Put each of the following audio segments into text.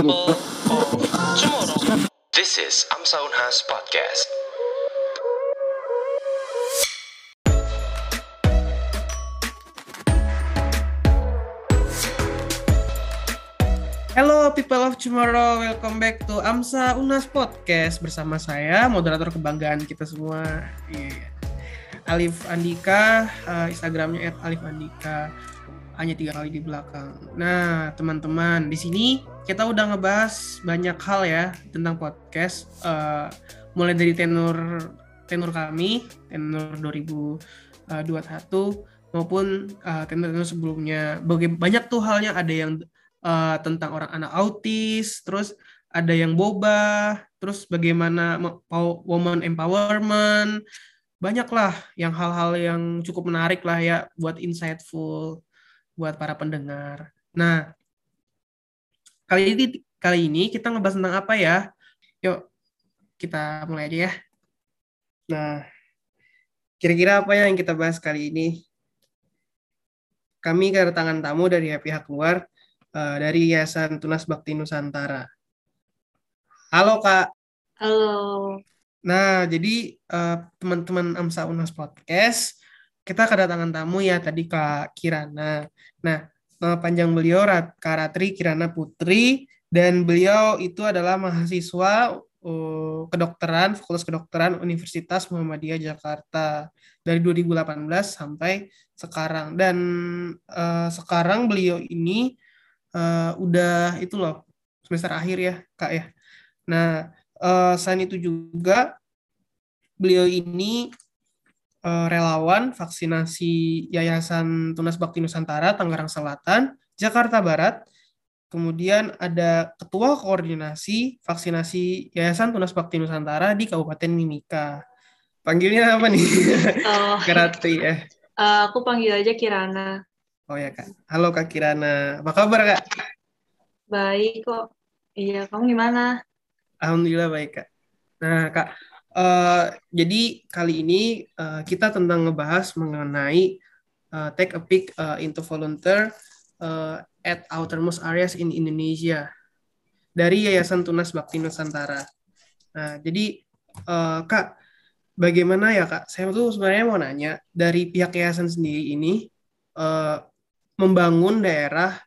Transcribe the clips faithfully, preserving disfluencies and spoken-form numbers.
People of Tomorrow. This is Amsa Unhas Podcast. Hello people of tomorrow, welcome back to Amsa Unhas Podcast bersama saya, moderator kebanggaan kita semua, yeah. Alif Andika, uh, Instagramnya et alif andika, hanya tiga kali di belakang. Nah teman-teman, di sini kita udah ngebahas banyak hal ya tentang podcast, uh, mulai dari tenur tenur kami, tenur dua ribu dua puluh satu maupun uh, tenur-tenur sebelumnya. Baga- banyak tuh halnya, ada yang Uh, tentang orang anak autis, terus ada yang boba, terus bagaimana woman empowerment, banyaklah yang hal-hal yang cukup menarik lah ya, buat insightful buat para pendengar. Nah, kali ini kali ini kita ngebahas tentang apa ya? Yuk kita mulai aja ya. Nah, kira-kira apa yang kita bahas kali ini? Kami kedatangan tamu dari pihak luar, Uh, dari Yayasan Tunas Bakti Nusantara. Halo Kak. Halo. Nah, jadi uh, teman-teman Amsa Unhas Podcast, kita kedatangan tamu ya tadi Kak Kirana. Nah, uh, panjang beliau Kak Ratri Kirana Putri, dan beliau itu adalah mahasiswa uh, kedokteran, Fakultas Kedokteran Universitas Muhammadiyah Jakarta dari dua ribu delapan belas sampai sekarang. Dan uh, sekarang beliau ini Uh, udah itu loh semester akhir ya Kak ya. Nah uh, selain itu juga beliau ini uh, relawan vaksinasi Yayasan Tunas Bakti Nusantara Tangerang Selatan, Jakarta Barat. Kemudian ada ketua koordinasi vaksinasi Yayasan Tunas Bakti Nusantara di Kabupaten Mimika. Panggilnya apa nih? Oh, Karati ya. Uh, aku panggil aja Kirana. Oh ya Kak. Halo Kak Kirana. Apa kabar Kak? Baik kok. Iya, kamu gimana? Alhamdulillah baik Kak. Nah Kak, uh, jadi kali ini uh, kita tentang ngebahas mengenai uh, take a peek uh, into volunteer uh, at outermost areas in Indonesia dari Yayasan Tunas Bakti Nusantara. Nah jadi uh, Kak, bagaimana ya Kak? Saya tuh sebenarnya mau nanya, dari pihak yayasan sendiri ini uh, membangun daerah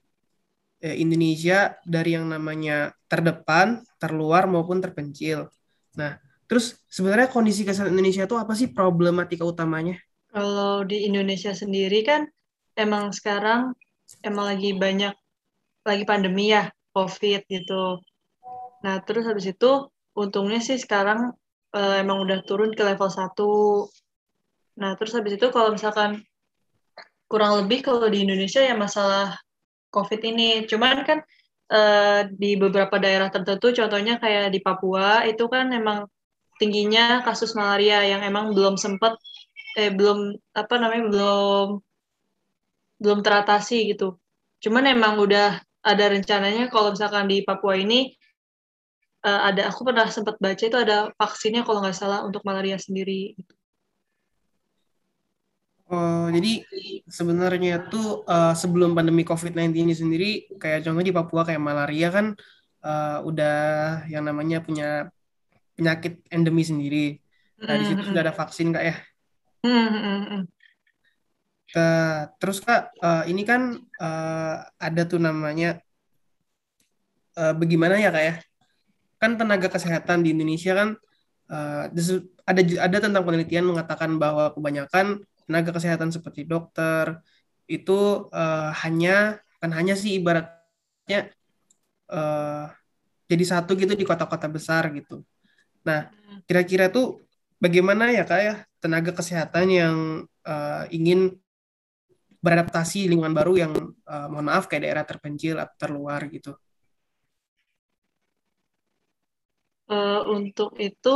Indonesia dari yang namanya terdepan, terluar maupun terpencil. Nah, terus sebenarnya kondisi kesehatan Indonesia itu apa sih problematika utamanya? Kalau di Indonesia sendiri kan emang sekarang emang lagi banyak lagi pandemi ya, COVID gitu. Nah, terus habis itu untungnya sih sekarang eh, emang udah turun ke level satu. Nah, terus habis itu kalau misalkan kurang lebih kalau di Indonesia ya masalah COVID ini. Cuman kan eh, di beberapa daerah tertentu, contohnya kayak di Papua, itu kan emang tingginya kasus malaria yang emang belum sempat, eh belum apa namanya belum belum teratasi gitu. Cuman emang udah ada rencananya kalau misalkan di Papua ini eh, ada, aku pernah sempat baca itu ada vaksinnya kalau nggak salah untuk malaria sendiri. Oh, jadi sebenarnya tuh uh, sebelum pandemi covid sembilan belas ini sendiri, kayak contohnya di Papua kayak malaria kan uh, udah yang namanya punya penyakit endemi sendiri. Nah, di situ sudah ada vaksin Kak ya. Uh, terus Kak, uh, ini kan uh, ada tuh namanya uh, bagaimana ya Kak ya? Kan tenaga kesehatan di Indonesia kan uh, ada ada tentang penelitian mengatakan bahwa kebanyakan tenaga kesehatan seperti dokter itu uh, hanya kan hanya sih ibaratnya uh, jadi satu gitu di kota-kota besar gitu. Nah, kira-kira tuh bagaimana ya Kak ya tenaga kesehatan yang uh, ingin beradaptasi lingkungan baru yang uh, mohon maaf kayak daerah terpencil atau terluar gitu. Uh, untuk itu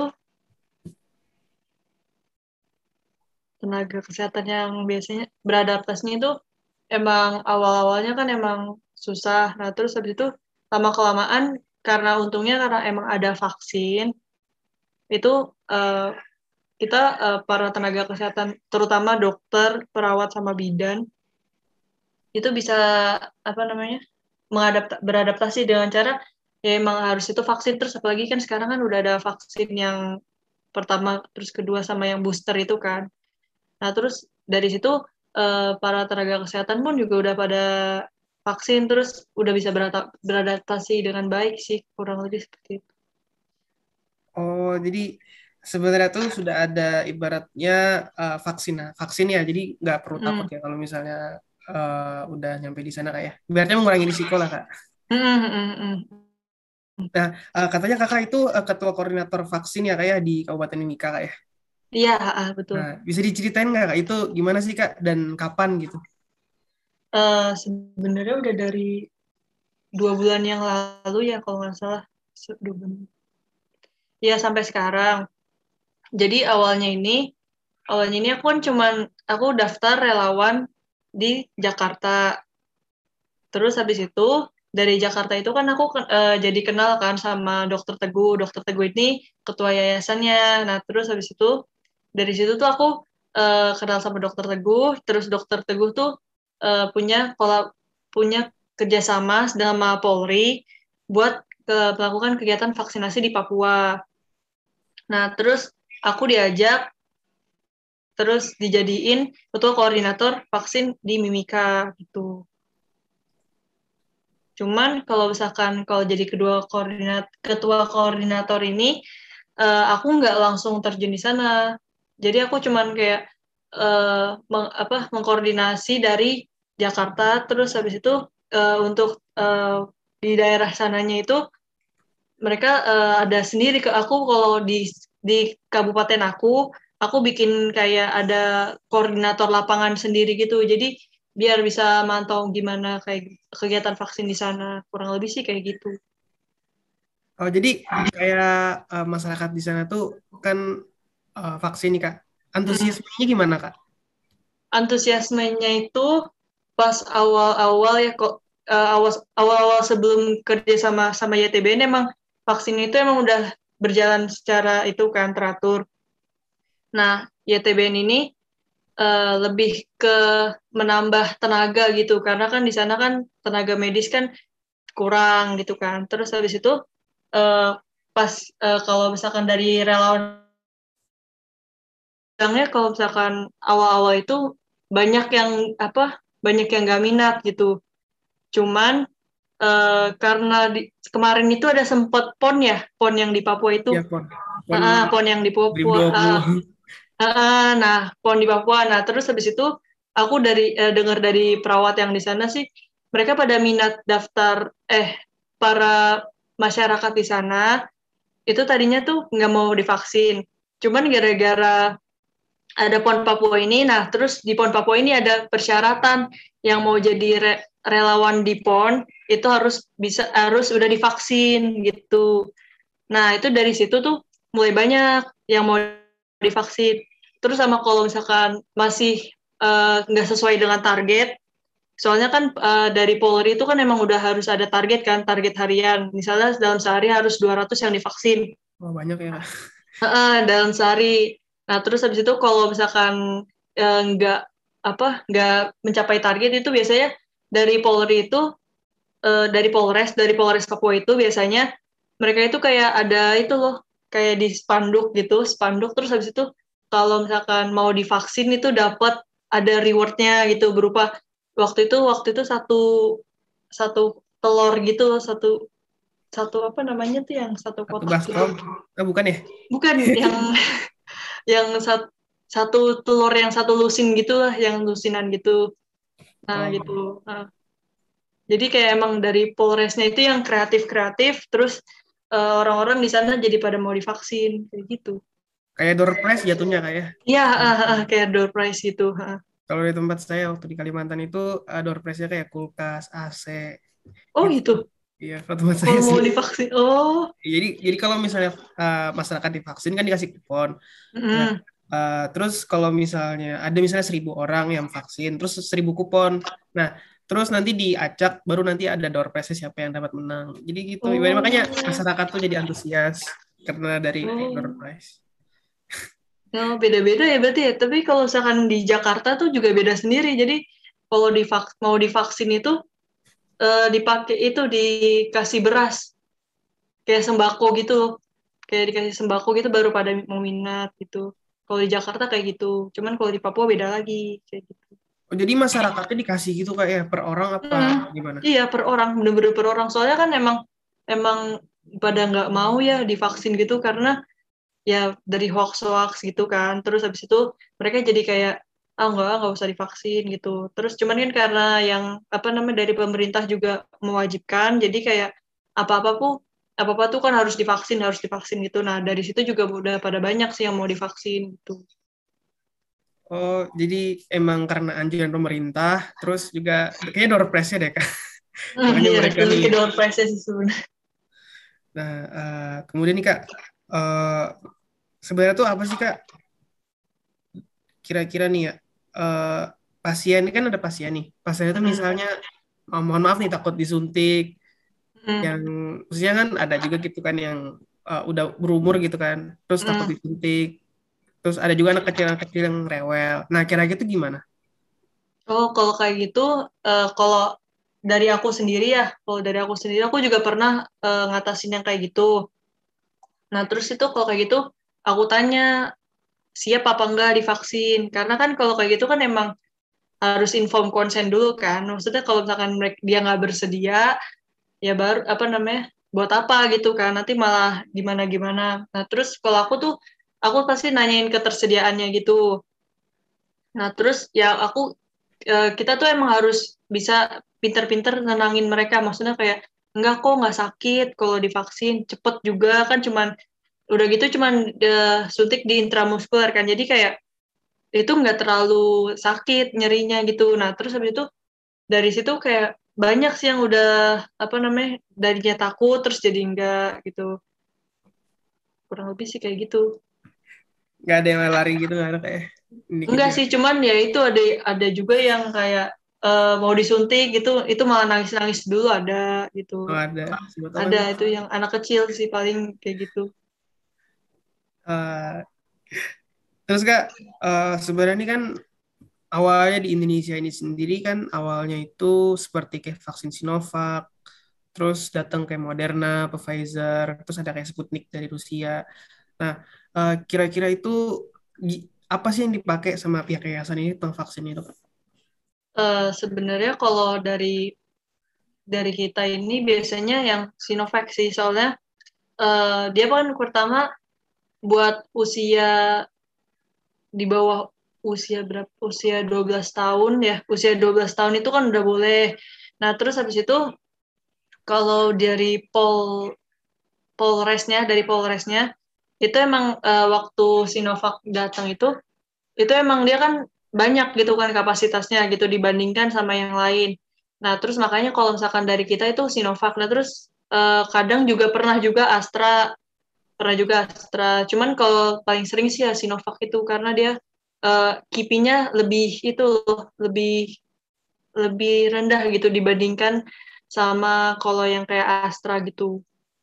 tenaga kesehatan yang biasanya beradaptasinya itu emang awal-awalnya kan emang susah. Nah, terus habis itu lama-kelamaan karena untungnya karena emang ada vaksin, itu uh, kita uh, para tenaga kesehatan, terutama dokter, perawat, sama bidan, itu bisa apa namanya mengadapt beradaptasi dengan cara ya emang harus itu vaksin. Terus apalagi kan sekarang kan udah ada vaksin yang pertama, terus kedua sama yang booster itu kan. Nah terus dari situ eh, para tenaga kesehatan pun juga udah pada vaksin, terus udah bisa berata- beradaptasi dengan baik sih, kurang lebih seperti itu. Oh, jadi sebenarnya tuh sudah ada ibaratnya uh, vaksin, nah, vaksin ya. Jadi nggak perlu takut Mm. ya kalau misalnya uh, udah nyampe di sana kak ya. Ibaratnya mengurangi risiko lah kak. Mm, mm, mm, mm. Nah, uh, katanya kakak itu uh, ketua koordinator vaksin ya kak ya di Kabupaten Mimika kak ya. Iya, ah, betul. Nah, bisa diceritain nggak kak itu gimana sih kak dan kapan gitu? Eh, sebenarnya udah dari dua bulan yang lalu ya kalau nggak salah. Se- dua bulan. Ya sampai sekarang. Jadi awalnya ini, awalnya ini aku kan cuman, aku daftar relawan di Jakarta. Terus habis itu dari Jakarta itu kan aku eh, jadi kenal kan sama Dokter Teguh. Dokter Teguh ini ketua yayasannya. Nah terus habis itu dari situ tuh aku eh, kenal sama Dokter Teguh. Terus Dokter Teguh tuh eh, punya kolab punya kerjasama sama Polri buat ke, melakukan kegiatan vaksinasi di Papua. Nah terus aku diajak terus dijadiin ketua koordinator vaksin di Mimika gitu. Cuman kalau misalkan kalau jadi kedua koordinat ketua koordinator ini uh, aku nggak langsung terjun di sana. Jadi aku cuman kayak uh, meng, apa mengkoordinasi dari Jakarta, terus habis itu uh, untuk uh, di daerah sananya itu mereka uh, ada sendiri ke aku. Kalau di di kabupaten aku aku bikin kayak ada koordinator lapangan sendiri gitu, jadi biar bisa mantau gimana kayak kegiatan vaksin di sana, kurang lebih sih kayak gitu. Oh, jadi kayak uh, masyarakat di sana tuh kan uh, vaksin nih kak. Mm. Antusiasmenya gimana kak? Antusiasmenya itu pas awal-awal ya kok, uh, awal awal-awal sebelum kerja sama sama Y T B N emang vaksin itu emang udah berjalan secara itu kan teratur. Nah, Y T B N ini uh, lebih ke menambah tenaga gitu, karena kan di sana kan tenaga medis kan kurang gitu kan. Terus habis itu uh, pas uh, kalau misalkan dari relawan bilangnya kalau misalkan awal-awal itu banyak yang apa banyak yang gak minat gitu. Cuman uh, karena di, kemarin itu ada sempat pon ya, pon yang di Papua itu. Ya pon, pon Uh, pon yang di Papua. dua ribu dua puluh. Uh, uh, nah, pon di Papua. Nah, terus habis itu aku dari uh, dengar dari perawat yang di sana sih, mereka pada minat daftar eh para masyarakat di sana itu tadinya tuh nggak mau divaksin. Cuman gara-gara ada PON Papua ini, nah terus di PON Papua ini ada persyaratan yang mau jadi re relawan di PON itu harus bisa harus udah divaksin gitu. Nah itu dari situ tuh mulai banyak yang mau divaksin. Terus sama kalau misalkan masih nggak uh, sesuai dengan target, soalnya kan uh, dari Polri itu kan emang udah harus ada target kan, target harian. Misalnya dalam sehari harus dua ratus yang divaksin. Oh, banyak ya kak. Uh, dalam sehari. Nah, terus habis itu kalau misalkan uh, nggak apa nggak mencapai target itu biasanya dari Polri itu uh, dari Polres dari Polres Papua itu biasanya mereka itu kayak ada itu loh kayak di spanduk gitu spanduk terus habis itu kalau misalkan mau divaksin itu dapat ada rewardnya gitu berupa waktu itu waktu itu satu satu telur gitu satu satu apa namanya tuh yang satu Satu kotak gitu. baskom. Oh, bukan ya? Bukan yang yang satu, satu telur yang satu lusin gitu lah, yang lusinan gitu. Nah, Oh. gitu. Nah, jadi kayak emang dari Polresnya itu yang kreatif-kreatif, terus uh, orang-orang di sana jadi pada mau divaksin, kayak gitu. Kayak door prize jatuhnya kak ya. Iya, uh, uh, kayak door prize gitu. Uh. Kalau di tempat saya waktu di Kalimantan itu uh, door prize-nya kayak kulkas, A C Oh gitu. gitu. Iya, kalau tempat saya Kalau sih. mau divaksin, oh. Jadi jadi kalau misalnya uh, masyarakat divaksin kan dikasih kupon. Nah, Mm. uh, terus kalau misalnya ada misalnya seribu orang yang vaksin, terus seribu kupon. Nah, terus nanti diacak, baru nanti ada door prize siapa yang dapat menang. Jadi gitu. Oh. Makanya masyarakat tuh jadi antusias karena dari Oh. door prize. Oh, beda-beda ya berarti ya. Tapi kalau misalkan di Jakarta tuh juga beda sendiri. Jadi kalau divak mau divaksin itu uh, dipakai itu dikasih beras. kayak sembako gitu, kayak dikasih sembako gitu baru pada mau minat gitu. Kalau di Jakarta kayak gitu, cuman kalau di Papua beda lagi kayak gitu. Oh, jadi masyarakatnya dikasih gitu Kak ya per orang Hmm, apa gimana? iya per orang, bener-bener per orang. Soalnya kan emang emang pada nggak mau ya divaksin gitu karena ya dari hoax-hoax gitu kan. Terus habis itu mereka jadi kayak ah nggak nggak usah divaksin gitu. Terus cuman kan karena yang apa namanya dari pemerintah juga mewajibkan, jadi kayak apa-apa tuh apa-apa tuh kan harus divaksin harus divaksin gitu. Nah dari situ juga udah pada banyak sih yang mau divaksin gitu. Oh, jadi emang karena anjuran pemerintah, terus juga kayaknya door prize-nya deh Kak. Hmm, Makanya iya mereka lebih nih. ke door prize sih sebenarnya. Nah, eh, kemudian nih Kak, eh, sebenarnya tuh apa sih Kak? Kira-kira nih ya, eh, pasien ini kan ada pasien nih. Pasien itu Hmm, misalnya, oh, mohon maaf nih takut disuntik, hmm, yang maksudnya kan ada juga gitu kan yang eh, udah berumur gitu kan, terus takut hmm. disuntik, terus ada juga anak kecil anak kecil yang rewel. Nah, kira-kira itu gimana? Oh, kalau kayak gitu, eh, kalau dari aku sendiri ya, kalau dari aku sendiri, aku juga pernah eh, ngatasin yang kayak gitu. Nah, terus itu kalau kayak gitu, aku tanya siap apa enggak divaksin. Karena kan kalau kayak gitu kan emang harus inform konsen dulu kan. Maksudnya kalau misalkan mereka, dia nggak bersedia, ya baru apa namanya, buat apa gitu kan. Nanti malah gimana-gimana. Nah, terus kalau aku tuh, aku pasti nanyain ketersediaannya gitu. Nah, terus ya aku eh, kita tuh emang harus bisa pinter-pinter nenangin mereka. Maksudnya kayak enggak kok nggak sakit kalau divaksin, cepet juga kan cuman udah gitu cuman eh, suntik di intramuskuler kan. Jadi kayak itu nggak terlalu sakit nyerinya gitu. Nah, terus habis itu dari situ kayak banyak sih yang udah apa namanya darinya takut terus jadi enggak gitu. Kurang lebih sih kayak gitu. Nggak ada yang lari gitu, nggak ada kayak ini Enggak kecil. sih, cuman ya itu ada ada juga yang kayak eh, mau disuntik gitu, itu malah nangis-nangis dulu ada gitu. Oh, ada. Siapa tahu kan. Ada itu yang anak kecil sih paling kayak gitu. Eh, terus Kak, eh, sebenarnya ini kan awalnya di Indonesia ini sendiri kan awalnya itu seperti kayak vaksin Sinovac, terus datang kayak Moderna, Pfizer, terus ada kayak Sputnik dari Rusia. Nah, eh, kira-kira itu gi- apa sih yang dipakai sama pihak yayasan ini tentang vaksin itu? Eh, sebenarnya kalau dari dari kita ini biasanya yang Sinovac sih, soalnya eh, dia kan pertama buat usia di bawah usia berapa? Usia dua belas tahun ya. Usia dua belas tahun itu kan udah boleh. Nah, terus habis itu kalau dari Pol Polresnya dari Polresnya itu emang eh, waktu Sinovac datang itu itu emang dia kan banyak gitu kan kapasitasnya gitu dibandingkan sama yang lain. Nah, terus makanya kalau misalkan dari kita itu Sinovac. Nah, terus eh, kadang juga pernah juga Astra, pernah juga Astra. Cuman kalau paling sering sih ya Sinovac itu karena dia eh, kipinya lebih itu loh, lebih lebih rendah gitu dibandingkan sama kalau yang kayak Astra gitu.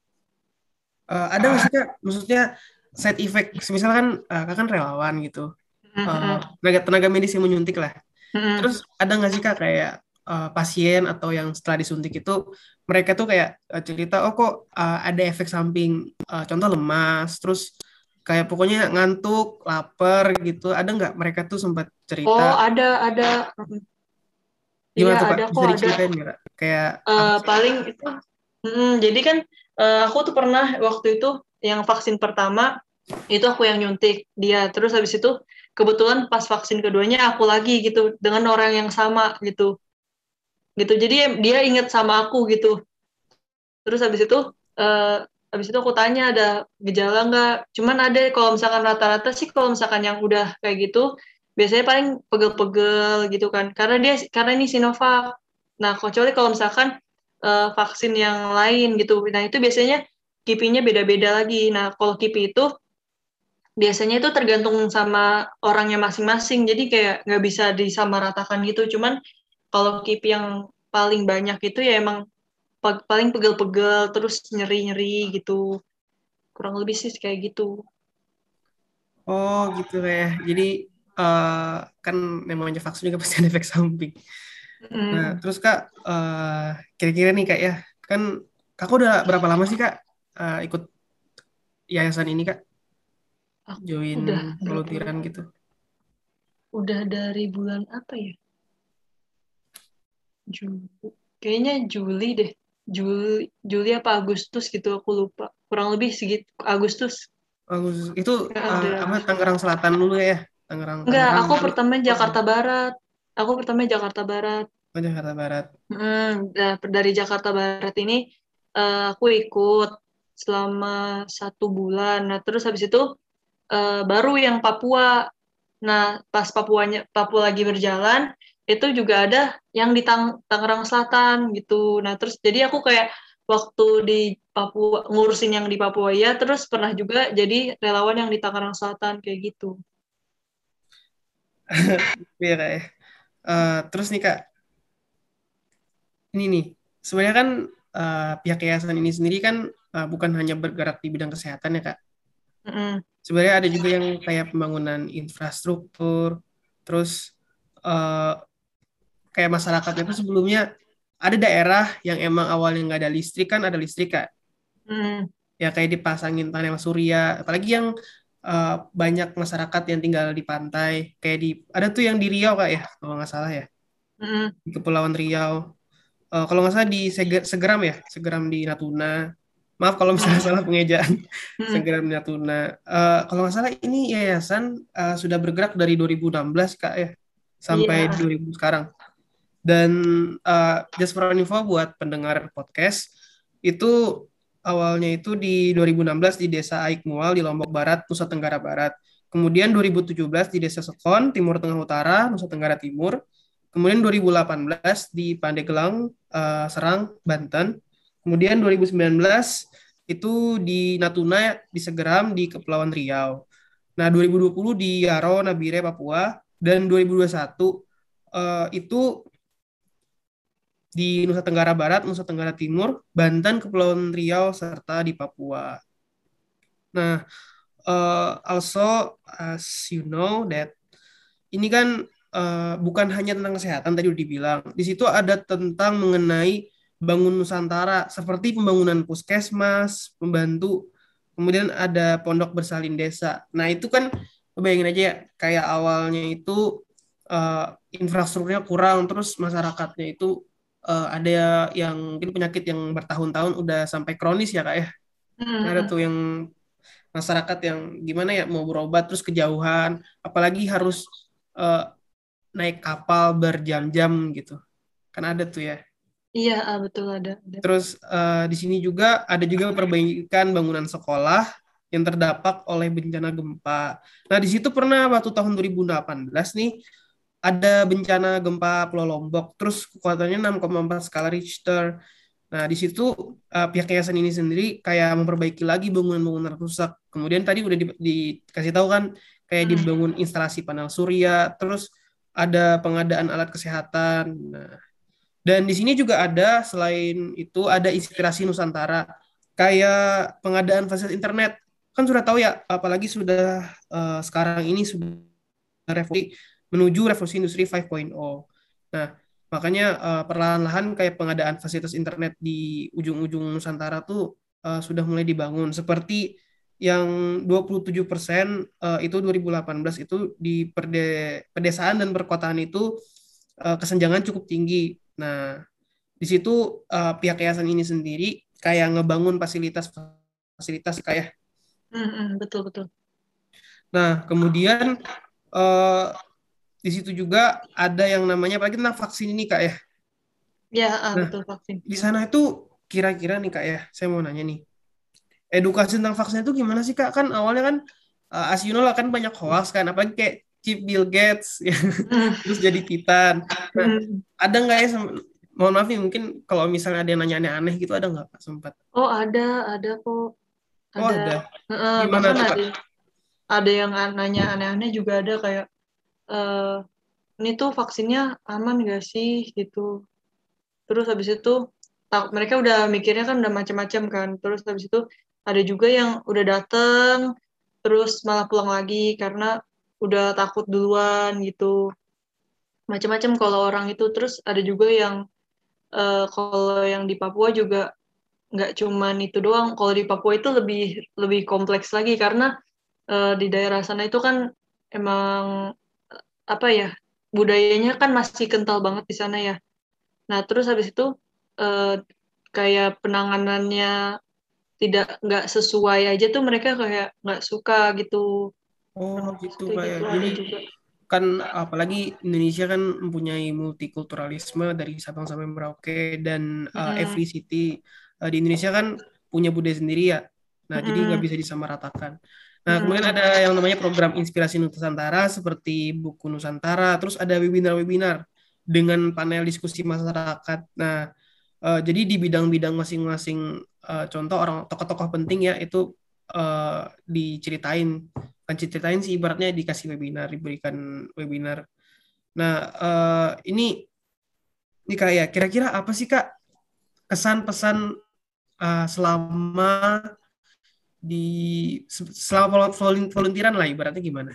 Eh, ada nggak sih Kak, maksudnya side effect, misalkan eh, Kak kan relawan gitu, Eh, Mm-mm. tenaga, tenaga medis yang menyuntik lah. Mm-mm. Terus ada nggak sih Kak kayak eh, pasien atau yang setelah disuntik itu mereka tuh kayak eh, cerita, oh kok eh, ada efek samping, eh, contoh lemas, terus kayak pokoknya ngantuk, lapar gitu. Ada nggak mereka tuh sempat cerita Oh, ada, ada. Iya, gimana tuh Kak? ada Bisa kok, ada. diceritain nggak Kak? Kayak apa Eh, sih? paling itu, mm, jadi kan eh, aku tuh pernah waktu itu yang vaksin pertama, itu aku yang nyuntik dia. Terus habis itu, kebetulan pas vaksin keduanya aku lagi gitu, dengan orang yang sama gitu. Gitu, jadi dia inget sama aku gitu. Terus habis itu, eh, habis itu aku tanya ada gejala nggak? Cuman ada kalau misalkan rata-rata sih kalau misalkan yang udah kayak gitu, biasanya paling pegel-pegel gitu kan. Karena dia karena ini Sinovac. Nah, kecuali kalau misalkan eh, vaksin yang lain gitu. Nah, itu biasanya kipinya beda-beda lagi. Nah, kalau kipi itu biasanya itu tergantung sama orangnya masing-masing. Jadi kayak nggak bisa disamaratakan gitu. Cuman kalau kipi yang paling banyak itu ya emang pa- paling pegel-pegel terus nyeri-nyeri gitu, kurang lebih sih kayak gitu. Oh gitu kayak. Jadi eh, kan namanya vaksin juga pasti ada efek samping. Nah, Mm. terus Kak, eh, kira-kira nih Kak ya, kan Kakak udah berapa lama sih Kak uh, ikut yayasan ini Kak? Aku Join udah berapa volunteeran gitu? udah dari bulan apa ya? Juli. Kayaknya Juli deh. Juli, Juli apa Agustus gitu, aku lupa. Kurang lebih segitu, Agustus. Bagus. Itu Ya, uh, ada apa Agustus. Tangerang Selatan dulu ya? Tangerang Enggak, Tangerang aku terus pertama Jakarta Barat. Aku pertama Jakarta Barat. oh, Jakarta Barat. Hmm, da- dari Jakarta Barat ini eh, aku ikut selama satu bulan. Nah, terus habis itu eh, baru yang Papua. Nah, pas Papuanya Papua lagi berjalan, itu juga ada yang di Tang- Tangerang Selatan gitu. Nah, terus jadi aku kayak waktu di Papua ngurusin yang di Papua ya, terus pernah juga jadi relawan yang di Tangerang Selatan kayak gitu. Iya Kak ya. Uh, terus nih Kak, ini nih sebenarnya kan uh, pihak yayasan ini sendiri kan uh, bukan hanya bergerak di bidang kesehatan ya Kak. Mm-mm. Sebenarnya ada juga yang kayak pembangunan infrastruktur, terus uh, kayak masyarakatnya itu sebelumnya ada daerah yang emang awalnya nggak ada listrik kan ada listrik Kak. Mm-mm. Ya kayak dipasangin panel surya, apalagi yang uh, banyak masyarakat yang tinggal di pantai, kayak di ada tuh yang di Riau Kak ya, kalau nggak salah ya, Mm-mm. di Kepulauan Riau. Eh, kalau nggak salah di Sege- Segeram ya, Segeram di Natuna. Maaf kalau misalnya Mm-mm. salah pengejaan. Mm-mm. Segeram di Natuna. Eh, kalau nggak salah ini yayasan eh, sudah bergerak dari dua ribu enam belas Kak ya, sampai Iya. dua ribu sekarang. Dan eh, just for info buat pendengar podcast, itu awalnya itu di dua ribu enam belas di Desa Aikmual di Lombok Barat, Nusa Tenggara Barat. Kemudian dua ribu tujuh belas di Desa Sekon, Timur Tengah Utara, Nusa Tenggara Timur. Kemudian dua ribu delapan belas di Pandeglang, eh, Serang, Banten. Kemudian dua ribu sembilan belas itu di Natuna, di Segeram, di Kepulauan Riau. Nah, dua ribu dua puluh di Yaro, Nabire, Papua. Dan dua ribu dua puluh satu eh, itu di Nusa Tenggara Barat, Nusa Tenggara Timur, Banten, Kepulauan Riau, serta di Papua. Nah, eh, also as you know that ini kan eh, bukan hanya tentang kesehatan tadi udah dibilang. Di situ ada tentang mengenai bangun Nusantara seperti pembangunan puskesmas, pembantu, kemudian ada pondok bersalin desa. Nah, itu kan bayangin aja ya, kayak awalnya itu eh, infrastrukturnya kurang, terus masyarakatnya itu eh, ada yang mungkin penyakit yang bertahun-tahun udah sampai kronis ya Kak ya. Nah, ada Mm-mm. tuh yang masyarakat yang gimana ya mau berobat terus kejauhan, apalagi harus eh, naik kapal berjam-jam gitu. Kan ada tuh ya. Iya, ah, betul ada, ada. Terus eh, di sini juga ada juga perbaikan bangunan sekolah yang terdampak oleh bencana gempa. Nah, di situ pernah waktu tahun dua ribu delapan belas nih ada bencana gempa Pulau Lombok, terus kekuatannya enam koma empat skala Richter. Nah, di situ eh, pihak yayasan ini sendiri kayak memperbaiki lagi bangunan-bangunan rusak. Kemudian tadi udah di- dikasih tahu kan kayak Mm. dibangun instalasi panel surya, terus ada pengadaan alat kesehatan. Nah, dan di sini juga ada selain itu ada inspirasi Nusantara kayak pengadaan fasilitas internet. Kan sudah tahu ya, apalagi sudah eh, sekarang ini sudah revolusi menuju revolusi industri lima titik nol. Nah, makanya eh, perlahan-lahan kayak pengadaan fasilitas internet di ujung-ujung Nusantara tuh eh, sudah mulai dibangun. Seperti yang dua puluh tujuh persen eh, itu dua ribu delapan belas itu di perde- pedesaan dan perkotaan itu eh, kesenjangan cukup tinggi. Nah, di situ eh, pihak yayasan ini sendiri kayak ngebangun fasilitas fasilitas kayak. Mm-mm, betul betul. Nah, kemudian eh, di situ juga ada yang namanya apalagi tentang vaksin ini Kak ya. Ya, ah, Nah, betul vaksin. di sana itu kira-kira nih Kak ya, saya mau nanya nih. Edukasi tentang vaksin itu gimana sih Kak? Kan awalnya kan uh, as you know lah kan banyak hoax kan, apalagi kayak Chip Bill Gates ya, Mm. terus jadi Titan. Nah, Mm. ada nggak ya sem- mohon maaf nih mungkin kalau misalnya ada yang nanya aneh-aneh gitu ada nggak Pak sempat? Oh, ada, ada kok. Oh, Ada. ada. Heeh, Gimana bahkan tuh Kak? ada ada yang an- nanya aneh-aneh juga ada kayak eh ini tuh vaksinnya aman gak sih gitu. Terus habis itu tak, mereka udah mikirnya kan udah macam-macam kan. Terus habis itu ada juga yang udah dateng terus malah pulang lagi karena udah takut duluan gitu. Macam-macam kalau orang itu. Terus ada juga yang eh, kalau yang di Papua juga nggak cuman itu doang. Kalau di Papua itu lebih lebih kompleks lagi karena uh, di daerah sana itu kan emang apa ya, budayanya kan masih kental banget di sana ya. Nah terus habis itu uh, kayak penanganannya tidak nggak sesuai aja tuh mereka kayak nggak suka gitu. Oh Nah, gitu kayak kayak. gitu ada Jadi juga. kan apalagi Indonesia kan mempunyai multikulturalisme dari Sabang sampai Merauke dan uh, Mm-mm. every city uh, di Indonesia kan punya budaya sendiri ya. Nah, jadi nggak Mm-mm. bisa disamaratakan. Nah, kemudian Mm-mm. ada yang namanya program Inspirasi Nusantara seperti Buku Nusantara, terus ada webinar-webinar dengan panel diskusi masyarakat. Nah, uh, jadi di bidang-bidang masing-masing uh, contoh orang tokoh-tokoh penting ya itu uh, diceritain kan ceritain sih ibaratnya dikasih webinar diberikan webinar. Nah eh, ini ini kayak kira-kira apa sih Kak kesan pesan eh, selama di selama vol- volunteeran lah ibaratnya gimana?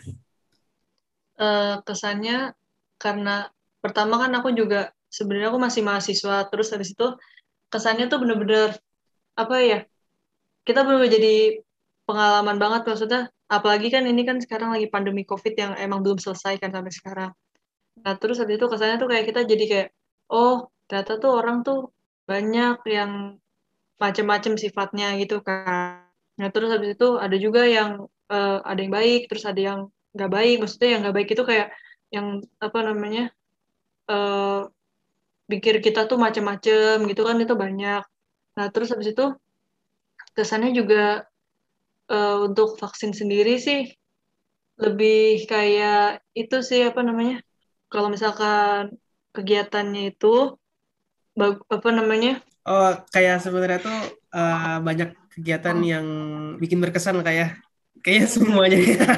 Eh, kesannya karena pertama kan aku juga sebenarnya aku masih mahasiswa, terus habis itu kesannya tuh bener-bener apa ya, kita bener jadi pengalaman banget maksudnya, apalagi kan ini kan sekarang lagi pandemi COVID yang emang belum selesai kan sampai sekarang. Nah terus habis itu kesannya tuh kayak kita jadi kayak, oh ternyata tuh orang tuh banyak yang macem-macem sifatnya gitu kan. Nah terus habis itu ada juga yang eh, ada yang baik, terus ada yang nggak baik. Maksudnya yang nggak baik itu kayak yang apa namanya, eh pikir kita tuh macem-macem gitu kan, itu banyak. Nah terus habis itu kesannya juga eh, untuk vaksin sendiri sih lebih kayak itu sih apa namanya. Kalau misalkan kegiatannya itu bag- apa namanya. Oh kayak sebenarnya tuh eh, banyak kegiatan yang bikin berkesan lah kayak kayaknya semuanya.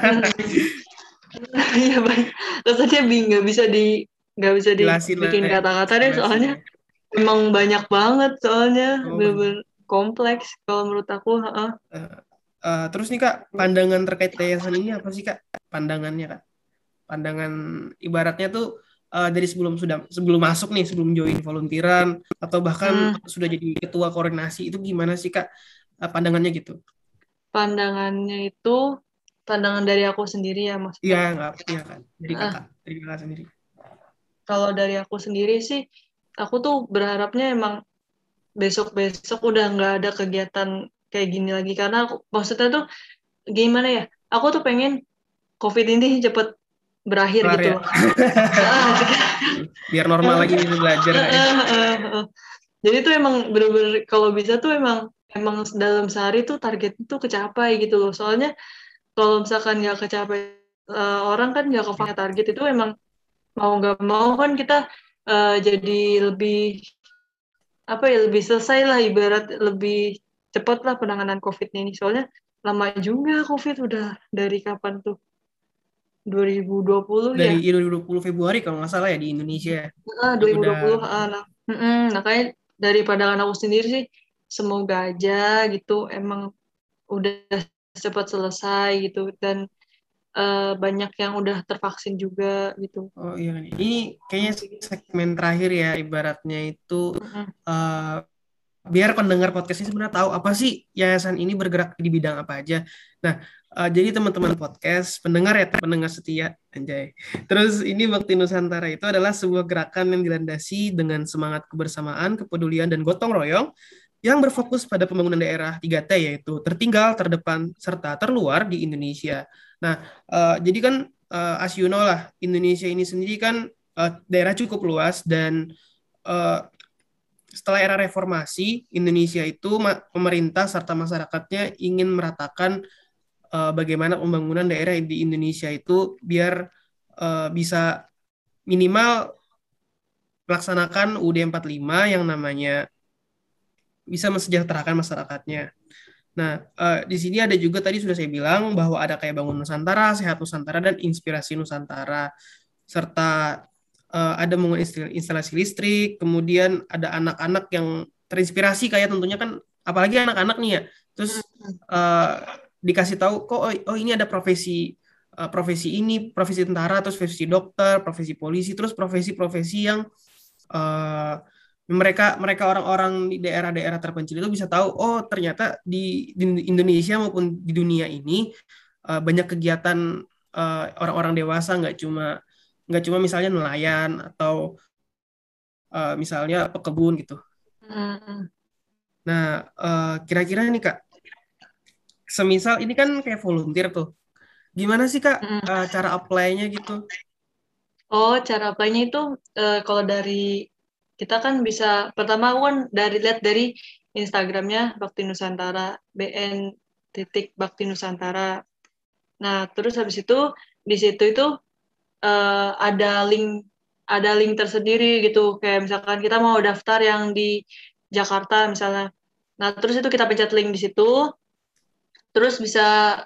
Iya banyak. Rasanya bing nggak bisa di nggak bisa Jelasin lah dibikin ya, kata-kata deh jelasin soalnya ya. emang banyak banget soalnya Oh banyak. bener-bener kompleks kalau menurut aku. Heeh. Eh, eh, terus nih Kak, pandangan terkait yayasan ini apa sih Kak? Pandangannya Kak? Pandangan ibaratnya tuh eh, dari sebelum sudah sebelum masuk nih, sebelum join volunteeran atau bahkan Hmm, sudah jadi ketua koordinasi itu gimana sih Kak? Eh, pandangannya gitu? pandangannya itu pandangan dari aku sendiri ya Iya maksudnya. nggak? Iya kan? Dari Ah, kakak, dari kakak sendiri. kalau dari aku sendiri sih, aku tuh berharapnya emang besok-besok udah nggak ada kegiatan kayak gini lagi karena aku, maksudnya tuh gimana ya? Aku tuh pengen COVID ini cepet berakhir Kelar gitu ya. loh. Ah, Biar normal emang, lagi bisa belajar eh, Kak ya. eh, eh, eh. Jadi tuh emang bener-bener kalau bisa tuh emang emang dalam sehari tuh target itu kecapai gitu loh. Soalnya kalau misalkan nggak kecapai, eh, orang kan nggak kepakai target itu emang mau nggak mau kan kita eh, jadi lebih apa ya, lebih selesai lah, ibarat lebih cepat lah penanganan COVID ini. Soalnya lama juga COVID udah dari kapan tuh? dua ribu dua puluh ya? Dari dua ribu dua puluh Februari kalau nggak salah ya di Indonesia. Ah, Itu udah dua ribu dua puluh. Ah, nah, mm-mm. Nah, kayak dari pandangan aku sendiri sih, semoga aja gitu emang udah cepat selesai gitu dan eh, banyak yang udah tervaksin juga gitu. oh iya nih. Ini kayaknya segmen terakhir ya ibaratnya itu Mm-mm. eh, biar pendengar podcast ini sebenarnya tahu apa sih yayasan ini bergerak di bidang apa aja. Nah, eh, jadi teman-teman podcast, pendengar ya, pendengar setia, anjay. Terus ini Bakti Nusantara itu adalah sebuah gerakan yang dilandasi dengan semangat kebersamaan, kepedulian, dan gotong royong yang berfokus pada pembangunan daerah tiga T yaitu tertinggal, terdepan, serta terluar di Indonesia. Nah, eh, jadi kan eh, as you know lah, Indonesia ini sendiri kan eh, daerah cukup luas dan eh, setelah era reformasi, Indonesia itu pemerintah serta masyarakatnya ingin meratakan eh, bagaimana pembangunan daerah di Indonesia itu biar eh, bisa minimal melaksanakan U U D empat puluh lima yang namanya bisa mensejahterakan masyarakatnya. Nah, eh, di sini ada juga tadi sudah saya bilang bahwa ada kayak Bangun Nusantara, Sehat Nusantara, dan Inspirasi Nusantara. Serta eh, ada membangun instalasi listrik, kemudian ada anak-anak yang terinspirasi kayak tentunya kan, apalagi anak-anak nih ya. Terus eh, dikasih tahu kok oh, oh ini ada profesi eh, profesi ini, profesi tentara, terus profesi dokter, profesi polisi, terus profesi-profesi yang eh, mereka mereka orang-orang di daerah-daerah terpencil itu bisa tahu, oh ternyata di, di Indonesia maupun di dunia ini uh, banyak kegiatan uh, orang-orang dewasa, nggak cuma nggak cuma misalnya nelayan atau uh, misalnya pekebun gitu. Mm-mm. Nah, uh, kira-kira nih Kak, semisal ini kan kayak volunteer tuh, gimana sih Kak Mm-mm. uh, cara apply-nya gitu? Oh, cara apply-nya itu eh, kalau dari kita kan bisa pertama aku kan dari lihat dari Instagramnya Bakti Nusantara B N titik Bakti Nusantara. Nah, terus habis itu di situ itu eh, ada link ada link tersendiri gitu. Kayak misalkan kita mau daftar yang di Jakarta misalnya. Nah, terus itu kita pencet link di situ, terus bisa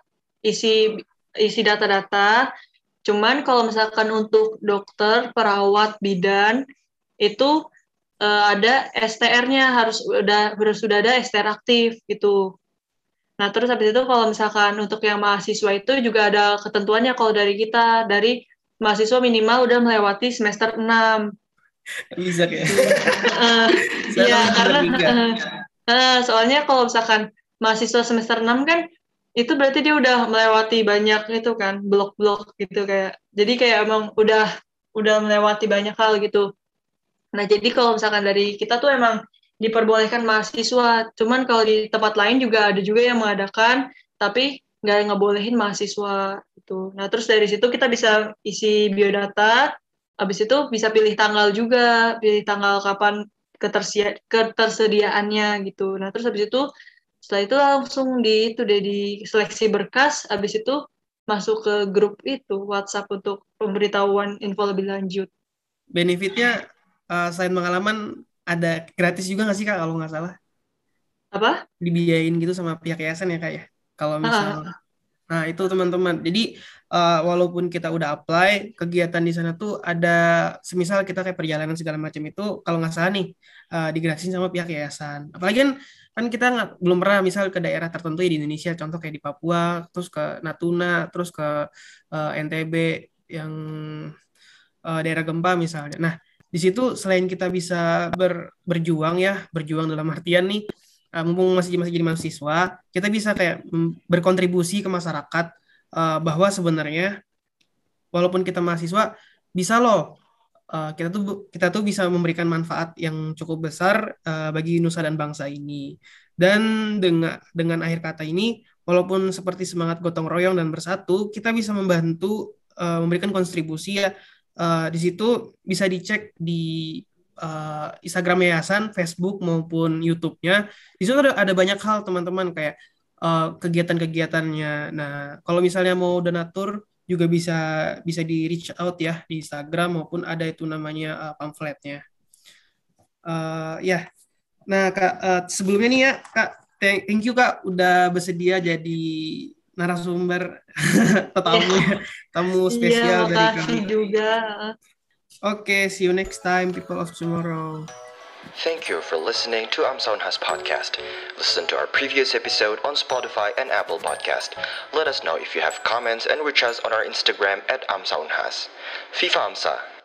isi isi data-data. Cuman kalau misalkan untuk dokter, perawat, bidan itu eh, ada S T R-nya harus udah harus sudah ada S T R aktif gitu. Nah, terus habis itu kalau misalkan untuk yang mahasiswa itu juga ada ketentuannya kalau dari kita, dari mahasiswa minimal udah melewati semester enam Bisa kayak. gitu. Eh, Saya Iya, kan semester karena tiga. eh, eh, soalnya kalau misalkan mahasiswa semester enam kan itu berarti dia udah melewati banyak itu kan, blok-blok gitu kayak. Jadi kayak emang udah udah melewati banyak hal gitu. Nah, jadi kalau misalkan dari kita tuh emang diperbolehkan mahasiswa, cuman kalau di tempat lain juga ada juga yang mengadakan, tapi nggak ngebolehin mahasiswa itu. Nah, terus dari situ kita bisa isi biodata, habis itu bisa pilih tanggal juga, pilih tanggal kapan ketersia ketersediaannya gitu. Nah, terus habis itu setelah itu langsung di itu deh di seleksi berkas, habis itu masuk ke grup itu WhatsApp untuk pemberitahuan info lebih lanjut. Benefitnya uh, selain pengalaman ada gratis juga nggak sih Kak kalau nggak salah? Apa? Dibiayain gitu sama pihak yayasan ya Kak ya? Kalau misal, Ah, nah itu teman-teman. Jadi uh, walaupun kita udah apply, kegiatan di sana tuh ada, semisal kita kayak perjalanan segala macam itu, kalau nggak salah nih uh, digratisin sama pihak yayasan. Apalagi kan kan kita nggak belum pernah misal ke daerah tertentu ya di Indonesia, contoh kayak di Papua, terus ke Natuna, terus ke uh, N T B yang uh, daerah gempa misalnya. Nah, di situ selain kita bisa ber- berjuang ya, berjuang dalam artian nih, uh, mumpung masih masih jadi mahasiswa, kita bisa kayak mm, berkontribusi ke masyarakat uh, bahwa sebenarnya walaupun kita mahasiswa bisa loh uh, kita tuh kita tuh bisa memberikan manfaat yang cukup besar uh, bagi nusa dan bangsa ini. Dan dengan dengan akhir kata ini, walaupun seperti semangat gotong royong dan bersatu, kita bisa membantu uh, memberikan kontribusi ya. Uh, di situ bisa dicek di uh, Instagram yayasan, Facebook maupun YouTube-nya. Di situ ada, ada banyak hal teman-teman kayak uh, kegiatan-kegiatannya. Nah, kalau misalnya mau donatur juga bisa bisa di reach out ya di Instagram maupun ada itu namanya uh, pamfletnya. Uh, ya, nah Kak, uh, sebelumnya nih ya Kak, thank thank you Kak udah bersedia jadi narasumber atau iya, tamu ya, tamu iya, spesial dari makasih kami. juga. Oke, see you next time, people of tomorrow. Thank you for listening to Amsa Unhas podcast. Listen to our previous episode on Spotify and Apple Podcast. Let us know if you have comments and reach us on our Instagram at Amsa Unhas. Viva Amsa!